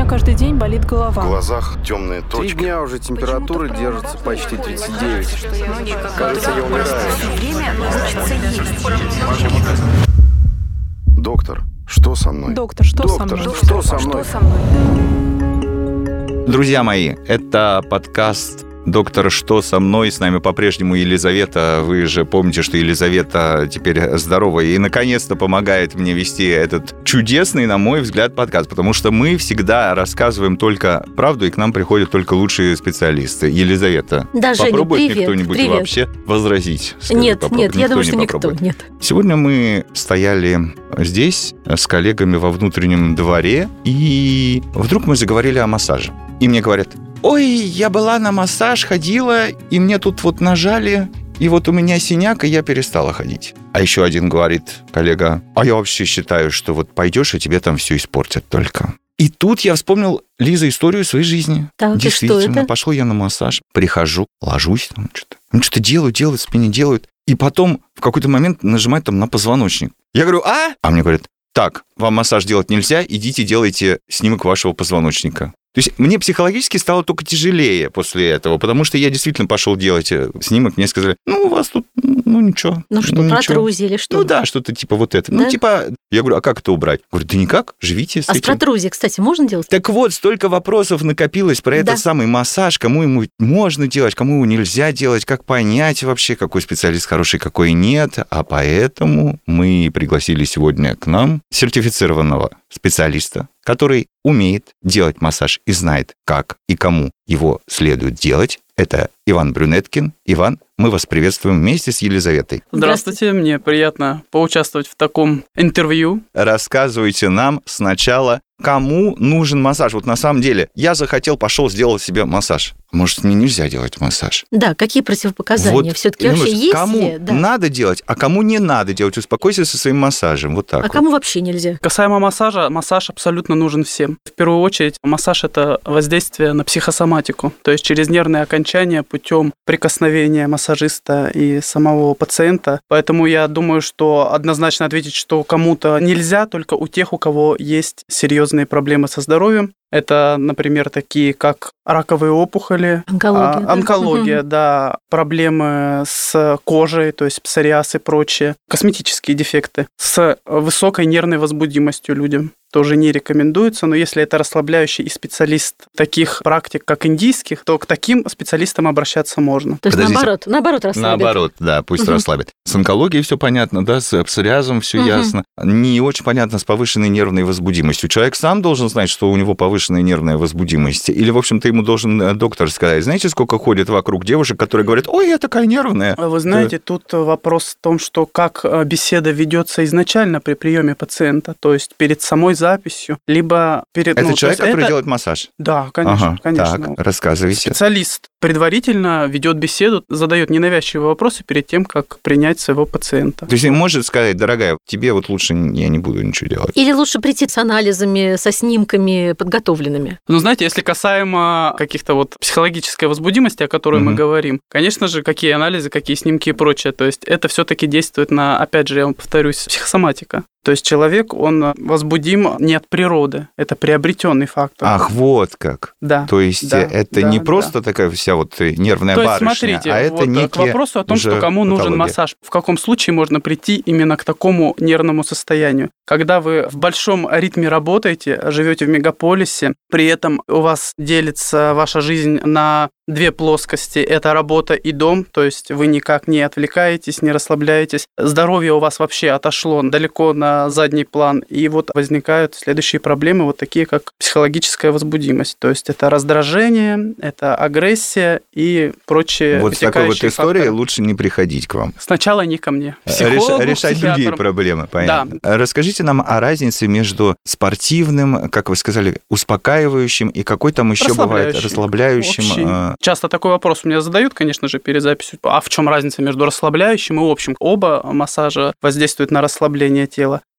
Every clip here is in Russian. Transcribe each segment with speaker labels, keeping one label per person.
Speaker 1: меня каждый день болит голова.
Speaker 2: В глазах темные
Speaker 3: 3
Speaker 2: точки.
Speaker 3: дня уже температура держится почти 39. Кажется, я умираю.
Speaker 2: Доктор, что со мной?
Speaker 1: Доктор, что со мной?
Speaker 3: Что со мной?
Speaker 4: Друзья мои, это подкаст «Доктор, что со мной?». С нами по-прежнему Елизавета. Вы же помните, что Елизавета теперь здоровая и, наконец-то, помогает мне вести этот чудесный, на мой взгляд, подкаст. Потому что мы всегда рассказываем только правду, и к нам приходят только лучшие специалисты. Елизавета,
Speaker 5: да,
Speaker 4: попробует
Speaker 5: Женя,
Speaker 4: ли кто-нибудь
Speaker 5: привет.
Speaker 4: вообще возразить? Скажи,
Speaker 5: Нет, я думаю, что никто.
Speaker 4: попробует.
Speaker 5: Нет.
Speaker 4: Сегодня мы стояли здесь с коллегами во внутреннем дворе, и вдруг мы заговорили о массаже. И мне говорят: ой, я была на массаж, ходила, и мне тут вот нажали, и вот у меня синяк, и я перестала ходить. А еще один говорит коллега: а я вообще считаю, что вот пойдешь, и тебе там все испортят только. И тут я вспомнил, Лиза, историю своей жизни.
Speaker 5: Так,
Speaker 4: действительно,
Speaker 5: и что это?
Speaker 4: Пошел я на массаж, прихожу, ложусь, там что-то делают, в спине делают, и потом в какой-то момент нажимают там на позвоночник. Я говорю: А мне говорят: так, вам массаж делать нельзя, идите делайте снимок вашего позвоночника. То есть мне психологически стало только тяжелее после этого, потому что я действительно пошел делать снимок, мне сказали: ну, у вас тут, ничего.
Speaker 5: Ну что, протрузии или что?
Speaker 4: Ну да, что-то типа вот это.
Speaker 5: Да?
Speaker 4: Я говорю: а как это убрать? Говорю: да никак, живите с
Speaker 5: А с
Speaker 4: этим.
Speaker 5: протрузией, кстати, можно делать?
Speaker 4: Так вот, столько вопросов накопилось про этот самый массаж, кому ему можно делать, кому его нельзя делать, как понять вообще, какой специалист хороший, какой нет. А поэтому мы пригласили сегодня к нам сертифицированного специалиста, который умеет делать массаж и знает, как и кому его следует делать. Это Иван Брюнеткин. Иван, мы вас приветствуем вместе с Елизаветой.
Speaker 6: Здравствуйте, мне приятно поучаствовать в таком интервью.
Speaker 4: Рассказывайте нам сначала, кому нужен массаж. Вот на самом деле, я захотел, пошел, сделал себе массаж. Может, мне нельзя делать массаж?
Speaker 5: Да, какие противопоказания?
Speaker 4: Вот,
Speaker 5: все-таки вообще есть
Speaker 4: кому
Speaker 5: ли? Да.
Speaker 4: надо делать, а кому не надо делать? Успокойся со своим массажем. Вот так
Speaker 5: А
Speaker 4: вот.
Speaker 5: кому вообще нельзя?
Speaker 6: Касаемо массажа, массаж абсолютно нужен всем. В первую очередь, массаж – это воздействие на психосоматику, то есть через нервные окончания путем прикосновения массажиста и самого пациента. Поэтому я думаю, что однозначно ответить, что кому-то нельзя, только у тех, у кого есть серьезные проблемы со здоровьем. Это, например, такие как раковые опухоли, онкология, да, проблемы с кожей, то есть псориаз и прочее, косметические дефекты, с высокой нервной возбудимостью людям. Тоже не рекомендуется, но если это расслабляющий и специалист таких практик, как индийских, то к таким специалистам обращаться можно.
Speaker 5: То есть наоборот расслабит.
Speaker 4: Наоборот, да, пусть расслабит. С онкологией все понятно, да, с псориазом все ясно. Не очень понятно с повышенной нервной возбудимостью. Человек сам должен знать, что у него повышенная нервная возбудимость. Или, в общем-то, ему должен доктор сказать. Знаете, сколько ходит вокруг девушек, которые говорят: ой, я такая нервная.
Speaker 6: Вы знаете, тут вопрос в том, что как беседа ведется изначально при приеме пациента, то есть перед самой записью, либо перед...
Speaker 4: Это человек, который делает массаж?
Speaker 6: Да, конечно, конечно.
Speaker 4: Так, рассказывайте.
Speaker 6: Специалист предварительно ведет беседу, задает ненавязчивые вопросы перед тем, как принять своего пациента.
Speaker 4: То есть он может сказать: дорогая, тебе вот лучше я не буду ничего делать.
Speaker 5: Или лучше прийти с анализами, со снимками подготовленными?
Speaker 6: Ну, знаете, если касаемо каких-то вот психологической возбудимости, о которой мы говорим, конечно же, какие анализы, какие снимки и прочее, то есть это все-таки действует на, опять же, я вам повторюсь, психосоматика. То есть человек, он возбудим не от природы, это приобретенный фактор.
Speaker 4: Ах, вот как.
Speaker 6: Да.
Speaker 4: То есть это не просто такая вся вот нервная
Speaker 6: то есть,
Speaker 4: барышня,
Speaker 6: смотрите,
Speaker 4: а это
Speaker 6: вот
Speaker 4: некие
Speaker 6: к вопросу о том, что кому нужен массаж. В каком случае можно прийти именно к такому нервному состоянию? Когда вы в большом ритме работаете, живете в мегаполисе, при этом у вас делится ваша жизнь на две плоскости. Это работа и дом, то есть вы никак не отвлекаетесь, не расслабляетесь. Здоровье у вас вообще отошло далеко на задний план. И вот возникают следующие проблемы, вот такие, как психологическая возбудимость. То есть это раздражение, это агрессия и прочие
Speaker 4: вот с такой вот историей
Speaker 6: факторы.
Speaker 4: Лучше не приходить к вам.
Speaker 6: Сначала не ко мне. Психологу,
Speaker 4: решать другие проблемы, понятно. Да. Расскажите нам о разнице между спортивным, как вы сказали, успокаивающим и какой там еще бывает расслабляющим.
Speaker 6: Часто такой вопрос у меня задают, конечно же, перед записью. А в чем разница между расслабляющим и общим? Оба массажа воздействуют на расслабление тела.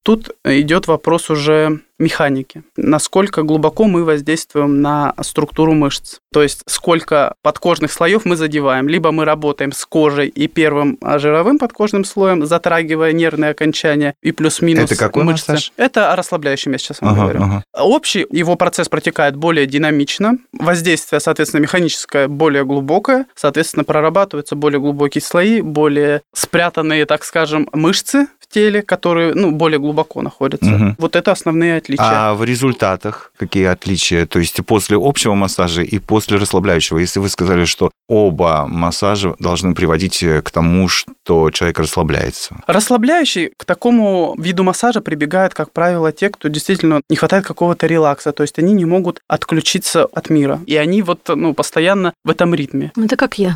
Speaker 6: Тут идет вопрос уже механики. Насколько глубоко мы воздействуем на структуру мышц. То есть, сколько подкожных слоев мы задеваем. Либо мы работаем с кожей и первым жировым подкожным слоем, затрагивая нервные окончания и плюс-минус
Speaker 4: Это какой
Speaker 6: мышцы.
Speaker 4: массаж?
Speaker 6: Это расслабляющий, я сейчас вам говорю. Общий его процесс протекает более динамично. Воздействие, соответственно, механическое более глубокое. Соответственно, прорабатываются более глубокие слои, более спрятанные, так скажем, мышцы в теле, которые более глубоко находятся. Вот это основные отличия.
Speaker 4: А в результатах какие отличия? То есть после общего массажа и после расслабляющего? Если вы сказали, что оба массажа должны приводить к тому, что человек расслабляется.
Speaker 6: Расслабляющий к такому виду массажа прибегают, как правило, те, кто действительно не хватает какого-то релакса. То есть они не могут отключиться от мира. И они постоянно в этом ритме.
Speaker 5: Это как я.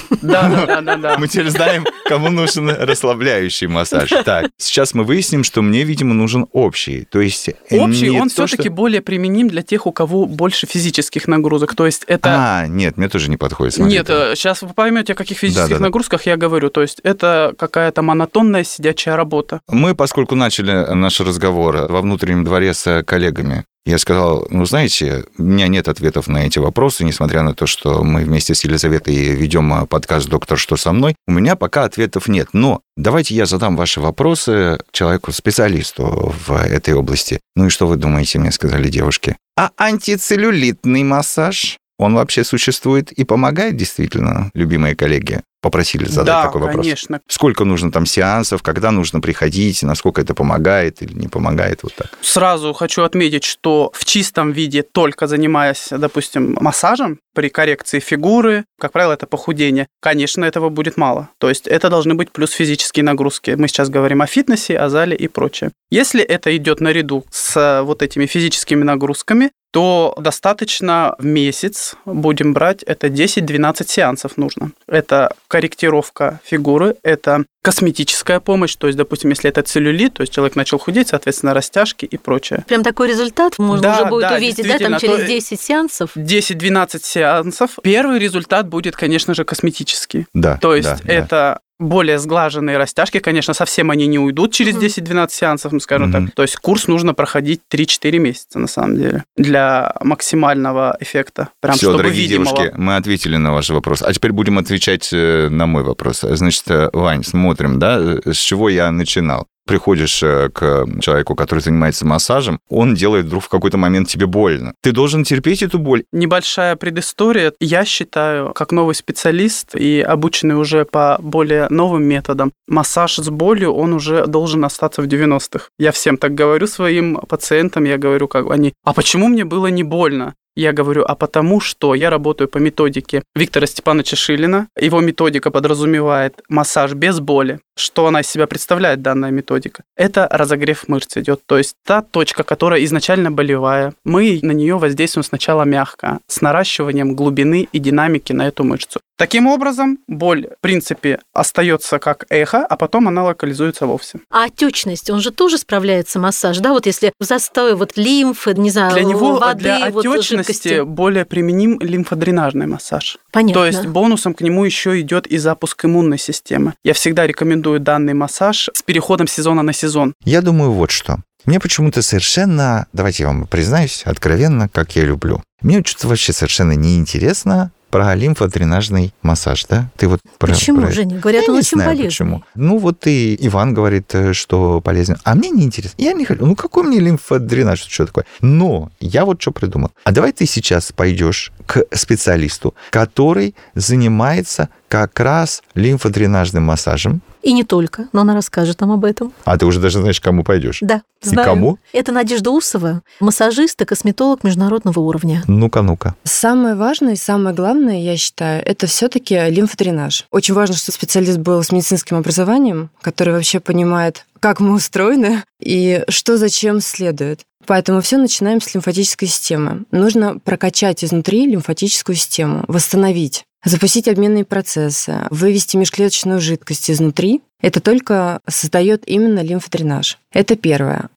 Speaker 6: Да.
Speaker 4: Мы теперь знаем, кому нужен расслабляющий массаж. Так, сейчас мы выясним, что мне, видимо, нужен общий. То есть
Speaker 6: общий, он все-таки более применим для тех, у кого больше физических нагрузок. То есть это...
Speaker 4: Нет, мне тоже не подходит.
Speaker 6: Нет, сейчас вы поймете, о каких физических нагрузках я говорю. То есть это какая-то монотонная сидячая работа.
Speaker 4: Мы, поскольку начали наш разговор во внутреннем дворе с коллегами, я сказал, знаете, у меня нет ответов на эти вопросы, несмотря на то, что мы вместе с Елизаветой ведем подкаст «Доктор, что со мной?». У меня пока ответов нет, но давайте я задам ваши вопросы человеку-специалисту в этой области. Ну и что вы думаете, мне сказали девушки? А антицеллюлитный массаж, он вообще существует и помогает действительно, любимые коллеги? Попросили задать такой вопрос. Да,
Speaker 6: конечно.
Speaker 4: Сколько нужно там сеансов, когда нужно приходить, насколько это помогает или не помогает, вот так?
Speaker 6: Сразу хочу отметить, что в чистом виде, только занимаясь, допустим, массажем, при коррекции фигуры, как правило, это похудение, конечно, этого будет мало. То есть это должны быть плюс физические нагрузки. Мы сейчас говорим о фитнесе, о зале и прочее. Если это идет наряду с вот этими физическими нагрузками, то достаточно в месяц будем брать, это 10-12 сеансов нужно. Это корректировка фигуры, это косметическая помощь, то есть, допустим, если это целлюлит, то есть человек начал худеть, соответственно, растяжки и прочее.
Speaker 5: Прям такой результат можно уже будет увидеть, да, там через 10 сеансов?
Speaker 6: 10-12 сеансов. Первый результат будет, конечно же, косметический.
Speaker 4: Да.
Speaker 6: То есть это... более сглаженные растяжки, конечно, совсем они не уйдут через 10-12 сеансов, скажем так. То есть курс нужно проходить 3-4 месяца, на самом деле, для максимального эффекта. Прям,
Speaker 4: всё,
Speaker 6: чтобы
Speaker 4: дорогие
Speaker 6: видимого.
Speaker 4: девушки, мы ответили на ваш вопрос. А теперь будем отвечать на мой вопрос. Значит, Вань, смотрим, да, с чего я начинал. Приходишь к человеку, который занимается массажем, он делает вдруг в какой-то момент тебе больно. Ты должен терпеть эту боль.
Speaker 6: Небольшая предыстория. Я считаю, как новый специалист и обученный уже по более новым методам, массаж с болью, он уже должен остаться в 90-х. Я всем так говорю своим пациентам, я говорю, как они, а почему мне было не больно? Я говорю, а потому что я работаю по методике Виктора Степановича Шилина. Его методика подразумевает массаж без боли. Что она из себя представляет, данная методика? Это разогрев мышц идет. То есть та точка, которая изначально болевая, мы на нее воздействуем сначала мягко, с наращиванием глубины и динамики на эту мышцу. Таким образом, боль, в принципе, остается как эхо, а потом она локализуется вовсе.
Speaker 5: А отечность, он же тоже справляется массаж, да? Вот если в застое лимфы, не знаю,
Speaker 6: для него,
Speaker 5: воды,
Speaker 6: для отечности более применим лимфодренажный массаж.
Speaker 5: Понятно.
Speaker 6: То есть бонусом к нему еще идет и запуск иммунной системы. Я всегда рекомендую данный массаж с переходом сезона на сезон.
Speaker 4: Я думаю, вот что. Мне почему-то совершенно, давайте я вам признаюсь откровенно, как я люблю. Мне что-то вообще совершенно неинтересно про лимфодренажный массаж, да? Ты вот
Speaker 5: почему, Женя? Говорят, он очень полезный.
Speaker 4: Почему. Ну, вот и Иван говорит, что полезно. А мне неинтересно. Я не хочу. Ну, какой мне лимфодренаж? Что такое? Но я вот что придумал. А давай ты сейчас пойдешь к специалисту, который занимается как раз лимфодренажным массажем.
Speaker 5: И не только, но она расскажет нам об этом.
Speaker 4: А ты уже даже знаешь, кому пойдешь?
Speaker 5: Да, знаю.
Speaker 4: И кому?
Speaker 5: Это Надежда Усова, массажист и косметолог международного уровня.
Speaker 4: Ну-ка.
Speaker 7: Самое важное и самое главное, я считаю, это все-таки лимфодренаж. Очень важно, что специалист был с медицинским образованием, который вообще понимает, как мы устроены и что зачем следует. Поэтому все начинаем с лимфатической системы. Нужно прокачать изнутри лимфатическую систему, восстановить, запустить обменные процессы, вывести межклеточную жидкость изнутри. Это только создает именно лимфодренаж. Это первое.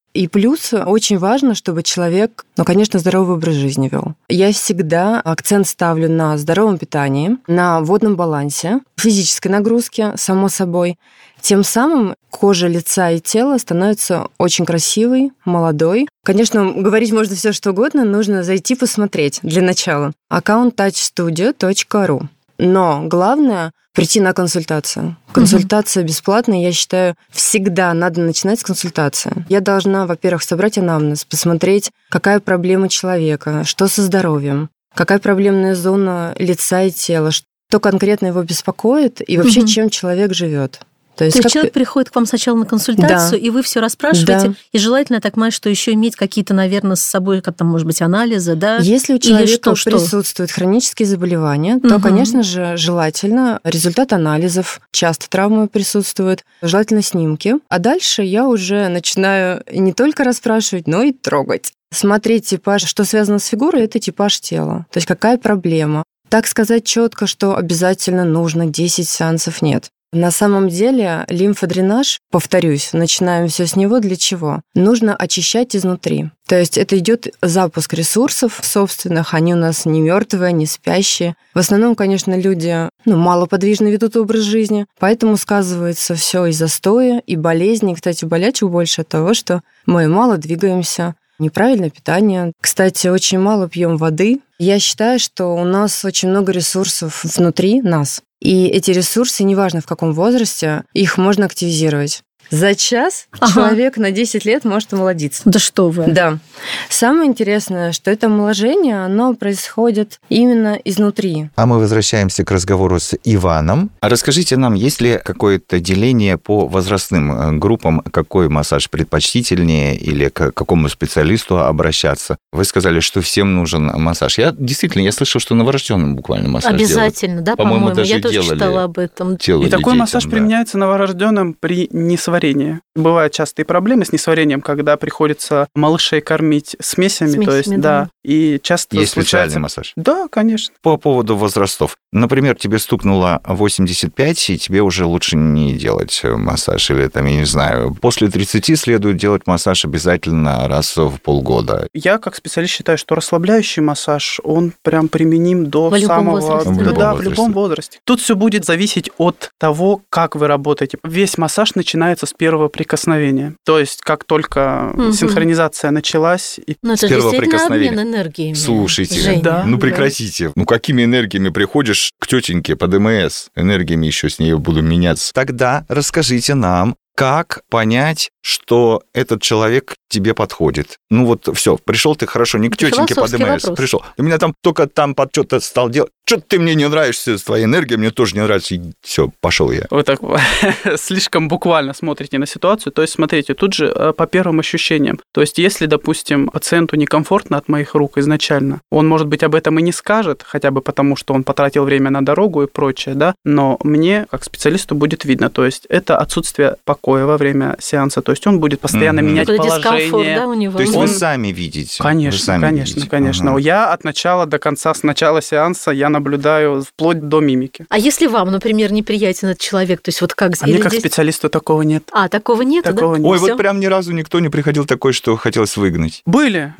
Speaker 7: И плюс очень важно, чтобы человек, конечно, здоровый образ жизни вел. Я всегда акцент ставлю на здоровом питании, на водном балансе, физической нагрузке, само собой. Тем самым кожа лица и тела становится очень красивой, молодой. Конечно, говорить можно все что угодно, нужно зайти посмотреть для начала. Аккаунт touchstudio.ru. Но главное — прийти на консультацию. Консультация бесплатная, я считаю, всегда надо начинать с консультации. Я должна, во-первых, собрать анамнез, посмотреть, какая проблема человека, что со здоровьем, какая проблемная зона лица и тела, что конкретно его беспокоит и вообще чем человек живет. То есть
Speaker 5: человек приходит к вам сначала на консультацию, и вы все расспрашиваете, и желательно, я так понимаю, что еще иметь какие-то, наверное, с собой, как там, может быть, анализы, да?
Speaker 7: Если у человека присутствуют хронические заболевания, то, конечно же, желательно результат анализов, часто травмы присутствуют, желательно снимки. А дальше я уже начинаю не только расспрашивать, но и трогать. Смотреть типаж, что связано с фигурой, это типаж тела. То есть какая проблема. Так сказать четко, что обязательно нужно 10 сеансов, нет. На самом деле лимфодренаж, повторюсь, начинаем все с него для чего? Нужно очищать изнутри. То есть это идет запуск ресурсов собственных, они у нас не мертвые, не спящие. В основном, конечно, люди малоподвижно ведут образ жизни, поэтому сказывается все и застои, и болезни. Кстати, болячек больше от того, что мы мало двигаемся, неправильное питание. Кстати, очень мало пьем воды. Я считаю, что у нас очень много ресурсов внутри нас. И эти ресурсы, неважно в каком возрасте, их можно активизировать. За час человек на 10 лет может омолодиться.
Speaker 5: Да что вы.
Speaker 7: Да. Самое интересное, что это омоложение, оно происходит именно изнутри.
Speaker 4: А мы возвращаемся к разговору с Иваном. А расскажите нам, есть ли какое-то деление по возрастным группам, какой массаж предпочтительнее или к какому специалисту обращаться? Вы сказали, что всем нужен массаж. Я слышал, что новорожденным буквально массаж
Speaker 5: обязательно,
Speaker 4: делают.
Speaker 5: Да, по-моему, я тоже читала об этом.
Speaker 6: И такой массаж применяется новорожденным при несварении. Бывают частые проблемы с несварением, когда приходится малышей кормить смесями, то есть, да, и часто
Speaker 4: есть
Speaker 6: случается...
Speaker 4: специальный массаж?
Speaker 6: Да, конечно.
Speaker 4: По поводу возрастов. Например, тебе стукнуло 85, и тебе уже лучше не делать массаж, или там, я не знаю, после 30 следует делать массаж обязательно раз в полгода.
Speaker 6: Я, как специалист, считаю, что расслабляющий массаж, он прям применим до самого... В любом возрасте. Тут все будет зависеть от того, как вы работаете. Весь массаж начинается с первого прикосновения. То есть, как только синхронизация началась...
Speaker 5: это
Speaker 4: с первого прикосновения.
Speaker 5: Обмен энергиями.
Speaker 4: Слушайте,
Speaker 5: Женя,
Speaker 4: прекратите. Какими энергиями приходишь к тетеньке по ДМС? Энергиями еще с ней буду меняться. Тогда расскажите нам, как понять, что этот человек тебе подходит? Все, пришел ты хорошо, не к тетеньке по ДМС, пришел. Ты меня там только под что-то стал делать. Что-то ты мне не нравишься, твоя энергия мне тоже не нравится. И все, пошел я.
Speaker 6: Вы так слишком буквально смотрите на ситуацию. То есть, смотрите, тут же по первым ощущениям. То есть, если, допустим, пациенту некомфортно от моих рук изначально, он, может быть, об этом и не скажет, хотя бы потому, что он потратил время на дорогу и прочее, да, но мне, как специалисту, будет видно. То есть, это отсутствие покоя во время сеанса. То есть, он будет постоянно менять положение.
Speaker 5: Да, у него.
Speaker 4: То есть, вы сами видите?
Speaker 6: Конечно. Я от начала до конца, с начала сеанса, я наблюдаю вплоть до мимики.
Speaker 5: А если вам, например, неприятен этот человек, то есть как...
Speaker 6: А мне как специалисту такого нет.
Speaker 5: Такого нет, да?
Speaker 4: Ой, вот прям ни разу никто не приходил такой, что хотелось выгнать.
Speaker 6: Были.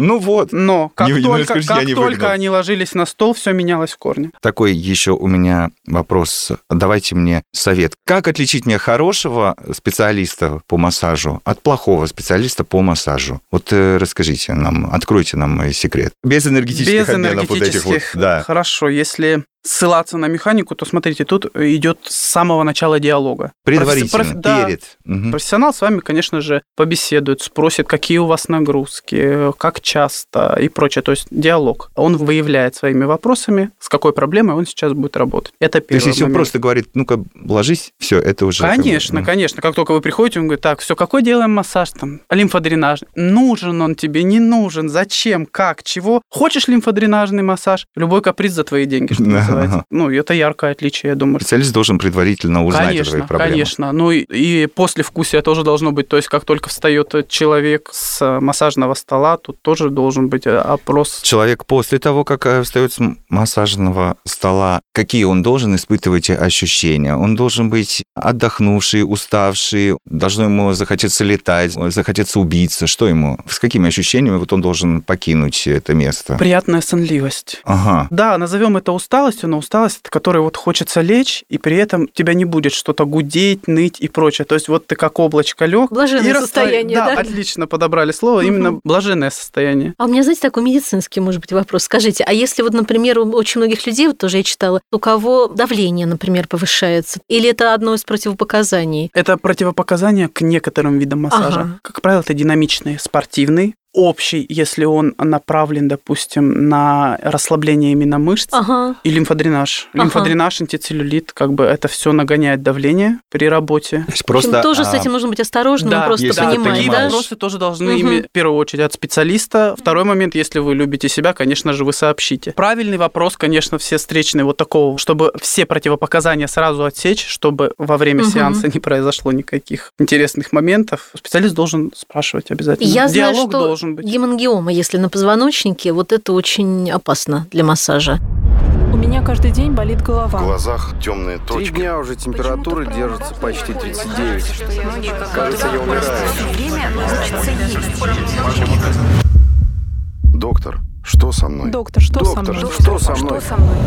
Speaker 4: Но
Speaker 6: как только они ложились на стол, все менялось в корне.
Speaker 4: Такой еще у меня вопрос. Давайте мне совет. Как отличить мне хорошего специалиста по массажу от плохого специалиста по массажу? Расскажите нам, откройте нам секрет. Без энергетических обменов вот этих вот. Да.
Speaker 6: Хорошо, если ссылаться на механику, то смотрите, тут идет с самого начала диалога.
Speaker 4: Предварительно, перед.
Speaker 6: Профессионал с вами, конечно же, побеседует, спросит, какие у вас нагрузки, как часто и прочее. То есть диалог. Он выявляет своими вопросами, с какой проблемой он сейчас будет работать. Это первый момент.
Speaker 4: То есть, если он просто говорит, ну-ка, ложись, все, это уже...
Speaker 6: Конечно. Как только вы приходите, он говорит, так, все, какой делаем массаж, там, лимфодренаж? Нужен он тебе, не нужен, зачем, как, чего? Хочешь лимфодренажный массаж? Любой каприз за твои деньги. называется. Ну, это яркое отличие, я думаю.
Speaker 4: Специалист должен предварительно узнать о твоих проблемах.
Speaker 6: Конечно. Ну, и послевкусие тоже должно быть. То есть, как только встает человек с массажного стола, тут тоже должен быть опрос.
Speaker 4: Человек после того, как встает с массажного стола, какие он должен испытывать ощущения? Он должен быть отдохнувший, уставший, должно ему захотеться летать, захотеться убиться. Что ему? С какими ощущениями вот он должен покинуть это место?
Speaker 6: Приятная сонливость.
Speaker 4: Ага.
Speaker 6: Да, назовем это усталостью, но усталость, от которой вот хочется лечь, и при этом тебя не будет что-то гудеть, ныть и прочее. То есть вот ты как облачко лег.
Speaker 5: Блаженное состояние, да?
Speaker 6: Да, отлично подобрали слово, именно блаженное состояние.
Speaker 5: А у меня, знаете, такой медицинский, может быть, вопрос. Скажите, а если вот, например, у очень многих людей, вот тоже я читала, у кого давление, например, повышается, или это одно из противопоказаний?
Speaker 6: Это противопоказание к некоторым видам массажа. Ага. Как правило, это динамичный, спортивный. Общий, если он направлен, допустим, на расслабление именно мышц, и лимфодренаж. Лимфодренаж, антицеллюлит, как бы это все нагоняет давление при работе.
Speaker 4: То есть просто,
Speaker 5: тоже с этим нужно быть осторожным, да, просто понимать.
Speaker 6: Такие вопросы тоже должны иметь, в первую очередь, от специалиста. Второй момент, если вы любите себя, конечно же, вы сообщите. Правильный вопрос, конечно, все встречные вот такого, чтобы все противопоказания сразу отсечь, чтобы во время сеанса не произошло никаких интересных моментов. Специалист должен спрашивать обязательно.
Speaker 5: Я знаю,
Speaker 6: диалог
Speaker 5: что
Speaker 6: должен быть.
Speaker 5: Гемангиома, если на позвоночнике, вот это очень опасно для массажа.
Speaker 1: У меня каждый день болит голова.
Speaker 2: В глазах темные
Speaker 3: 3
Speaker 2: точки.
Speaker 3: дня уже температура держится почти 39. Кажется, я умираю.
Speaker 2: Доктор, что со мной?
Speaker 1: Доктор, что со мной?
Speaker 3: Что со мной?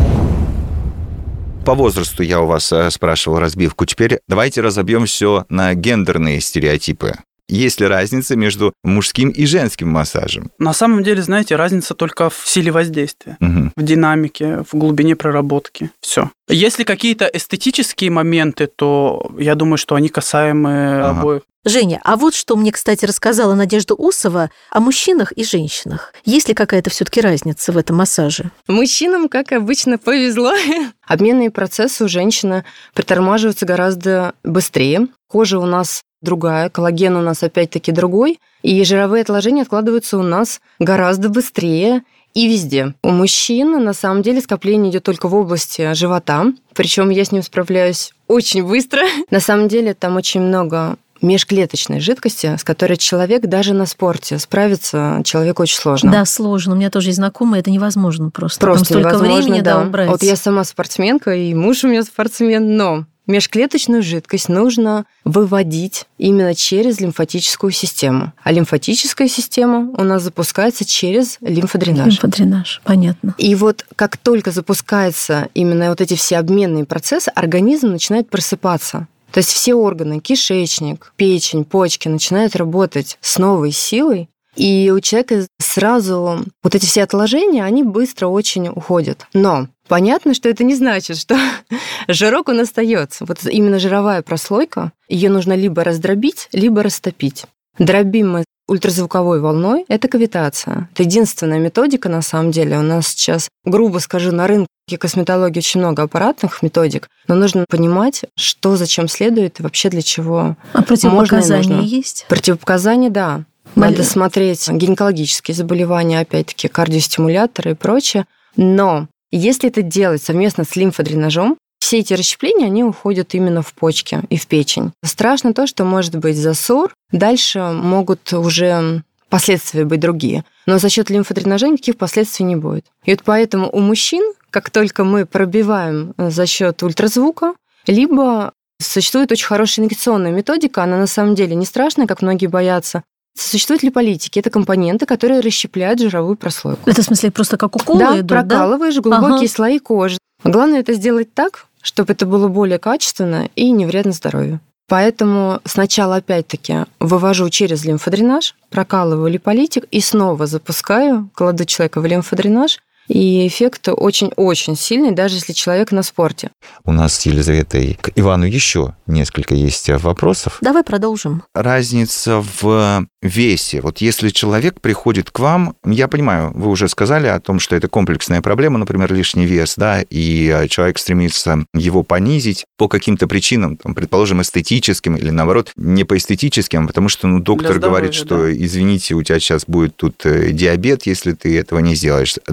Speaker 4: По возрасту я у вас спрашивал разбивку. Теперь давайте разобьем все на гендерные стереотипы. Есть ли разница между мужским и женским массажем?
Speaker 6: На самом деле, знаете, разница только в силе воздействия, в динамике, в глубине проработки. Все. Если какие-то эстетические моменты, то я думаю, что они касаемы обоих.
Speaker 5: Женя, а вот что мне, кстати, рассказала Надежда Усова о мужчинах и женщинах. Есть ли какая-то все-таки разница в этом массаже?
Speaker 7: Мужчинам, как обычно, повезло. Обменные процессы у женщины притормаживаются гораздо быстрее. Кожа у нас другая, коллаген у нас опять-таки другой, и жировые отложения откладываются у нас гораздо быстрее и везде. У мужчин, на самом деле, скопление идет только в области живота, причем я с ним справляюсь очень быстро. На самом деле там очень много межклеточной жидкости, с которой человек даже на спорте справиться человеку очень сложно.
Speaker 5: Да, сложно. У меня тоже есть знакомые, это невозможно просто.
Speaker 7: Просто
Speaker 5: там столько
Speaker 7: невозможно,
Speaker 5: времени
Speaker 7: да.
Speaker 5: убрать.
Speaker 7: Вот я сама спортсменка, и муж у меня спортсмен, но межклеточную жидкость нужно выводить именно через лимфатическую систему. А лимфатическая система у нас запускается через лимфодренаж.
Speaker 5: Лимфодренаж, понятно.
Speaker 7: И вот как только запускаются именно вот эти все обменные процессы, организм начинает просыпаться. То есть все органы, кишечник, печень, почки начинают работать с новой силой, и у человека сразу вот эти все отложения, они быстро очень уходят. Но понятно, что это не значит, что жирок он остается. Вот именно жировая прослойка, ее нужно либо раздробить, либо растопить. Дробим мы ультразвуковой волной, это кавитация. Это единственная методика, на самом деле. У нас сейчас, грубо скажу, на рынке косметологии очень много аппаратных методик, но нужно понимать, что зачем следует и вообще для чего.
Speaker 5: А противопоказания есть?
Speaker 7: Противопоказания, да. Надо смотреть гинекологические заболевания, опять-таки, кардиостимуляторы и прочее. Но если это делать совместно с лимфодренажом, все эти расщепления, они уходят именно в почки и в печень. Страшно то, что может быть засор, дальше могут уже последствия быть другие. Но за счет лимфодренажа никаких последствий не будет. И вот поэтому у мужчин, как только мы пробиваем за счет ультразвука, либо существует очень хорошая инъекционная методика, она на самом деле не страшная, как многие боятся. Существуют липолитики. Это компоненты, которые расщепляют жировую прослойку.
Speaker 5: Это в смысле просто как уколы
Speaker 7: да,
Speaker 5: идут,
Speaker 7: прокалываешь глубокие слои кожи. Главное это сделать так, чтобы это было более качественно и не вредно здоровью. Поэтому сначала, опять-таки, вывожу через лимфодренаж, прокалываю липолитик и снова запускаю, кладу человека в лимфодренаж, и эффект очень-очень сильный, даже если человек на спорте.
Speaker 4: У нас с Елизаветой к Ивану еще несколько есть вопросов.
Speaker 5: Давай продолжим.
Speaker 4: Разница в весе. Вот если человек приходит к вам, я понимаю, вы уже сказали о том, что это комплексная проблема, например, лишний вес, да, и человек стремится его понизить по каким-то причинам, там, предположим, эстетическим или, наоборот, не по эстетическим, потому что доктор говорит, что, извините, у тебя сейчас будет тут диабет, если ты этого не сделаешь. Допустим.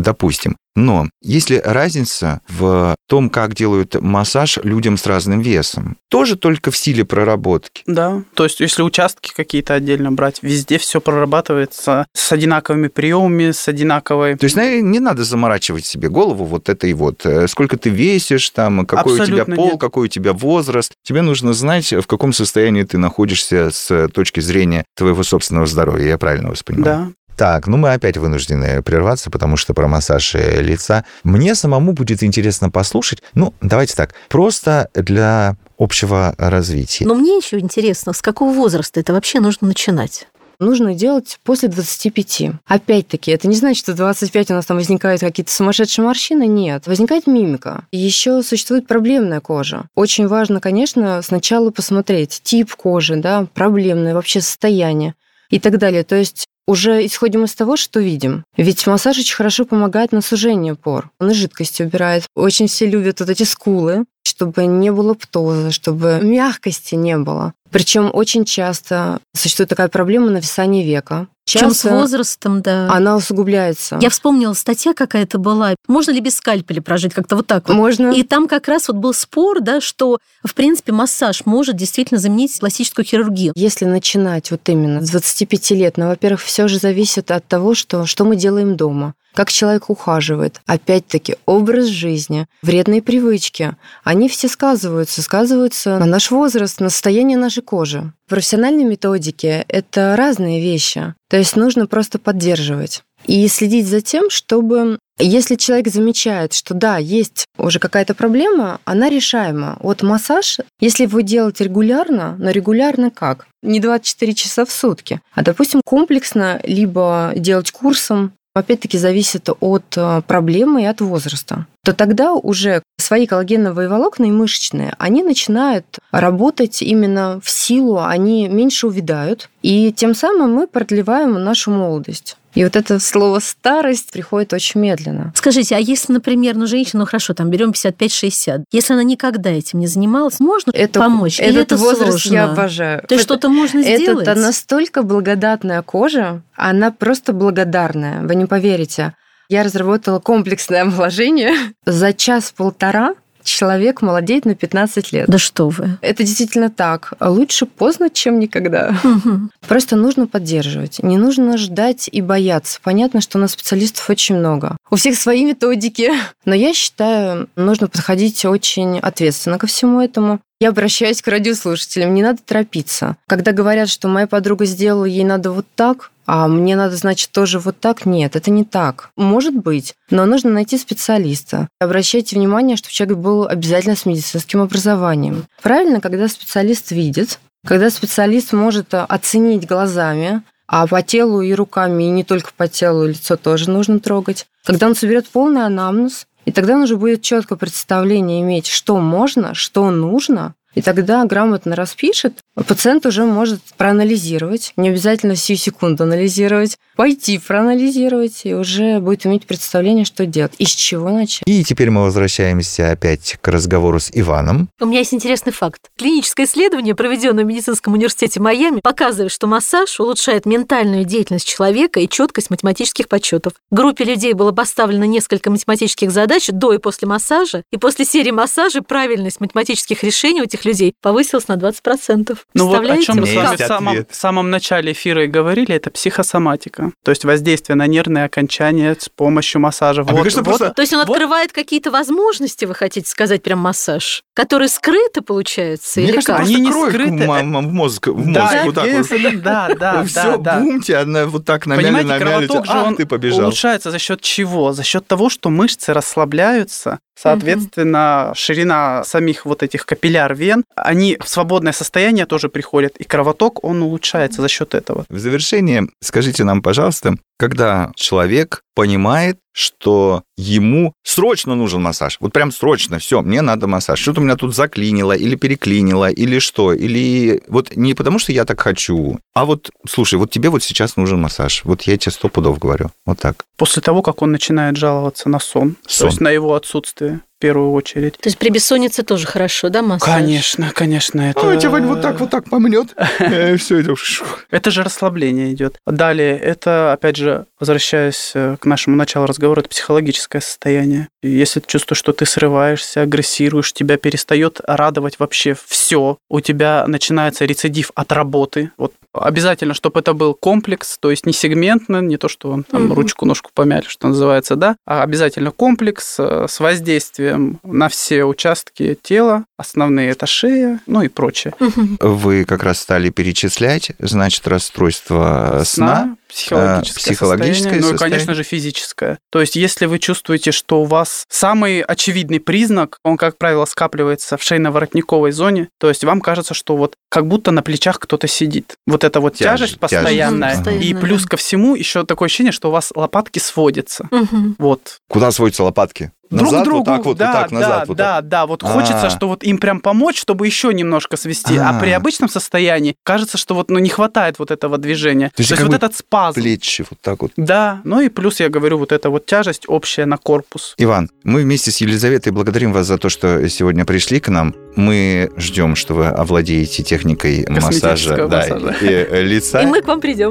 Speaker 4: медицинским. Но есть ли разница в том, как делают массаж людям с разным весом? Тоже только в силе проработки?
Speaker 6: Да, то есть если участки какие-то отдельно брать, везде все прорабатывается с одинаковыми приемами, с одинаковой...
Speaker 4: То есть не надо заморачивать себе голову вот этой вот, сколько ты весишь, там, какой
Speaker 6: Абсолютно
Speaker 4: у тебя пол,
Speaker 6: нет.
Speaker 4: какой у тебя возраст. Тебе нужно знать, в каком состоянии ты находишься с точки зрения твоего собственного здоровья. Я правильно вас понимаю?
Speaker 6: Да.
Speaker 4: Так, мы опять вынуждены прерваться, потому что про массаж лица. Мне самому будет интересно послушать. Давайте так, просто для общего развития.
Speaker 5: Но мне еще интересно, с какого возраста это вообще нужно начинать?
Speaker 7: Нужно делать после 25. Опять-таки, это не значит, что в 25 у нас там возникают какие-то сумасшедшие морщины. Нет, возникает мимика. Еще существует проблемная кожа. Очень важно, конечно, сначала посмотреть тип кожи, да, проблемное вообще состояние и так далее. То есть уже исходим из того, что видим. Ведь массаж очень хорошо помогает на сужение пор. Он и жидкость убирает. Очень все любят вот эти скулы, чтобы не было птоза, чтобы мягкости не было. Причем очень часто существует такая проблема нависания века.
Speaker 5: Причем с возрастом, да.
Speaker 7: Она усугубляется.
Speaker 5: Я вспомнила, статья какая-то была. Можно ли без скальпеля прожить? Как-то вот так вот.
Speaker 7: Можно.
Speaker 5: И там как раз вот был спор, да, что, в принципе, массаж может действительно заменить пластическую хирургию.
Speaker 7: Если начинать вот именно с 25 лет, во-первых, все же зависит от того, что мы делаем дома. Как человек ухаживает. Опять-таки, образ жизни, вредные привычки, они все сказываются на наш возраст, на состояние нашей кожи. Профессиональные методики – это разные вещи. То есть нужно просто поддерживать. И следить за тем, чтобы, если человек замечает, что да, есть уже какая-то проблема, она решаема. Вот массаж, если его делать регулярно, но регулярно как? Не 24 часа в сутки, а, допустим, комплексно, либо делать курсом, опять-таки зависит от проблемы и от возраста, то тогда уже свои коллагеновые волокна и мышечные, они начинают работать именно в силу, они меньше увядают, и тем самым мы продлеваем нашу молодость. И вот это слово «старость» приходит очень медленно.
Speaker 5: Скажите, а если, например, женщина, хорошо, там берем 55-60, если она никогда этим не занималась, можно помочь? Или это
Speaker 7: возраст
Speaker 5: сложно?
Speaker 7: Я обожаю.
Speaker 5: То есть что-то можно сделать?
Speaker 7: Это настолько благодатная кожа, она просто благодарная, вы не поверите. Я разработала комплексное омоложение. За час-полтора человек молодеет на 15 лет.
Speaker 5: Да что вы.
Speaker 7: Это действительно так. Лучше поздно, чем никогда.
Speaker 5: Угу.
Speaker 7: Просто нужно поддерживать. Не нужно ждать и бояться. Понятно, что у нас специалистов очень много. У всех свои методики. Но я считаю, нужно подходить очень ответственно ко всему этому. Я обращаюсь к радиослушателям. Не надо торопиться. Когда говорят, что моя подруга сделала, ей надо вот так, а мне надо, значит, тоже вот так. Нет, это не так. Может быть, но нужно найти специалиста. Обращайте внимание, чтобы человек был обязательно с медицинским образованием. Правильно, когда специалист видит, когда специалист может оценить глазами, а по телу и руками, и не только по телу, лицо тоже нужно трогать. Когда он соберет полный анамнез, и тогда он уже будет четкое представление иметь, что можно, что нужно, и тогда грамотно распишет, пациент уже может проанализировать, не обязательно сию секунду анализировать, пойти проанализировать, и уже будет иметь представление, что делать, и с чего начать.
Speaker 4: И теперь мы возвращаемся опять к разговору с Иваном.
Speaker 5: У меня есть интересный факт. Клиническое исследование, проведенное в Медицинском университете Майами, показывает, что массаж улучшает ментальную деятельность человека и четкость математических подсчетов. Группе людей было поставлено несколько математических задач до и после массажа, и после серии массажей правильность математических решений у этих людей повысилась на 20%.
Speaker 6: Ну вот о чем мы с вами
Speaker 4: Есть
Speaker 6: в самом начале эфира и говорили, это психосоматика. То есть воздействие на нервные окончания с помощью массажа.
Speaker 4: мне кажется, просто-
Speaker 5: То есть он открывает какие-то возможности, вы хотите сказать, прям массаж, которые скрыты, получается,
Speaker 4: Мне
Speaker 5: или
Speaker 4: кажется,
Speaker 5: как?
Speaker 6: Они
Speaker 4: просто
Speaker 6: не
Speaker 4: кровь
Speaker 6: скрыты.
Speaker 4: в мозг
Speaker 6: Да,
Speaker 4: вот так вот.
Speaker 6: да,
Speaker 4: Все, бумте, она вот так
Speaker 6: Понимаете,
Speaker 4: намяли,
Speaker 6: кровоток же он
Speaker 4: ты побежал.
Speaker 6: улучшается за счет чего? За счет того, что мышцы расслабляются, соответственно, ширина самих вот этих капилляр вен, они в свободное состояние тоже приходят, и кровоток, он улучшается за счет этого.
Speaker 4: В завершение скажите нам, пожалуйста, когда человек понимает, что ему срочно нужен массаж, вот прям срочно, все, мне надо массаж, что-то у меня тут заклинило или переклинило, или что, или вот не потому, что я так хочу, а вот, слушай, вот тебе вот сейчас нужен массаж, вот я тебе 100 пудов говорю, вот так.
Speaker 6: После того, как он начинает жаловаться на сон, то есть на его отсутствие. первую очередь.
Speaker 5: То есть при бессоннице тоже хорошо, да, массаж?
Speaker 6: Конечно. Это...
Speaker 4: Вань вот так помнет. Все идет.
Speaker 6: Это же расслабление идет. Далее, это, опять же, возвращаясь к нашему началу разговора, это психологическое состояние. И если ты чувствуешь, что ты срываешься, агрессируешь, тебя перестает радовать вообще все, у тебя начинается рецидив от работы. Вот обязательно, чтобы это был комплекс, то есть не сегментно, не то, что он там ручку-ножку помяли, что называется, да, а обязательно комплекс с воздействием на все участки тела, основные это шея, ну и прочее.
Speaker 4: Вы как раз стали перечислять, значит, расстройство сна,
Speaker 6: психологическое состояние, ну и, конечно же, физическое. То есть, если вы чувствуете, что у вас самый очевидный признак, он, как правило, скапливается в шейно-воротниковой зоне, то есть вам кажется, что вот как будто на плечах кто-то сидит. Вот эта вот тяжесть постоянная. И плюс ко всему еще такое ощущение, что у вас лопатки сводятся. Вот.
Speaker 4: Куда сводятся лопатки?
Speaker 6: Друг
Speaker 4: назад,
Speaker 6: другу,
Speaker 4: вот так вот,
Speaker 6: да,
Speaker 4: вот так, назад, вот так.
Speaker 6: Да, вот хочется, что вот им прям помочь, чтобы еще немножко свести, а при обычном состоянии кажется, что вот не хватает вот этого движения. То есть вот этот спазм.
Speaker 4: Плечи вот так вот.
Speaker 6: Да, ну и плюс, я говорю, вот эта вот тяжесть общая на корпус.
Speaker 4: Иван, мы вместе с Елизаветой благодарим вас за то, что сегодня пришли к нам. Мы ждем, что вы овладеете техникой массажа и лица.
Speaker 5: И мы к вам придем.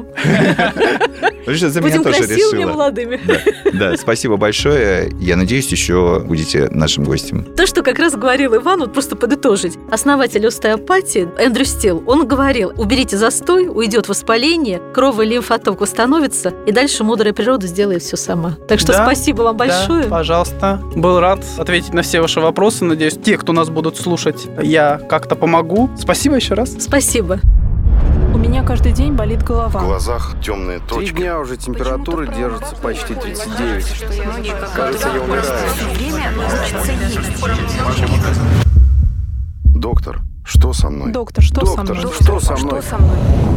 Speaker 4: Будем
Speaker 5: красивыми, молодыми.
Speaker 4: Да, спасибо большое. Я надеюсь, еще будете нашим гостем.
Speaker 5: То, что как раз говорил Иван, вот просто подытожить. Основатель остеопатии Эндрю Стил, он говорил, уберите застой, уйдет воспаление, кровь и лимфоток восстановится, и дальше мудрая природа сделает все сама. Так что спасибо вам большое.
Speaker 6: Да, пожалуйста. Был рад ответить на все ваши вопросы. Надеюсь, те, кто нас будут слушать, я как-то помогу. Спасибо еще раз.
Speaker 5: Спасибо.
Speaker 1: У меня каждый день болит голова.
Speaker 2: В глазах темные
Speaker 3: 3
Speaker 2: точки.
Speaker 3: дня уже температура держится почти 39. Кажется, я умираю.
Speaker 2: Доктор, что со мной?
Speaker 1: Доктор, что со мной?
Speaker 2: Что со мной?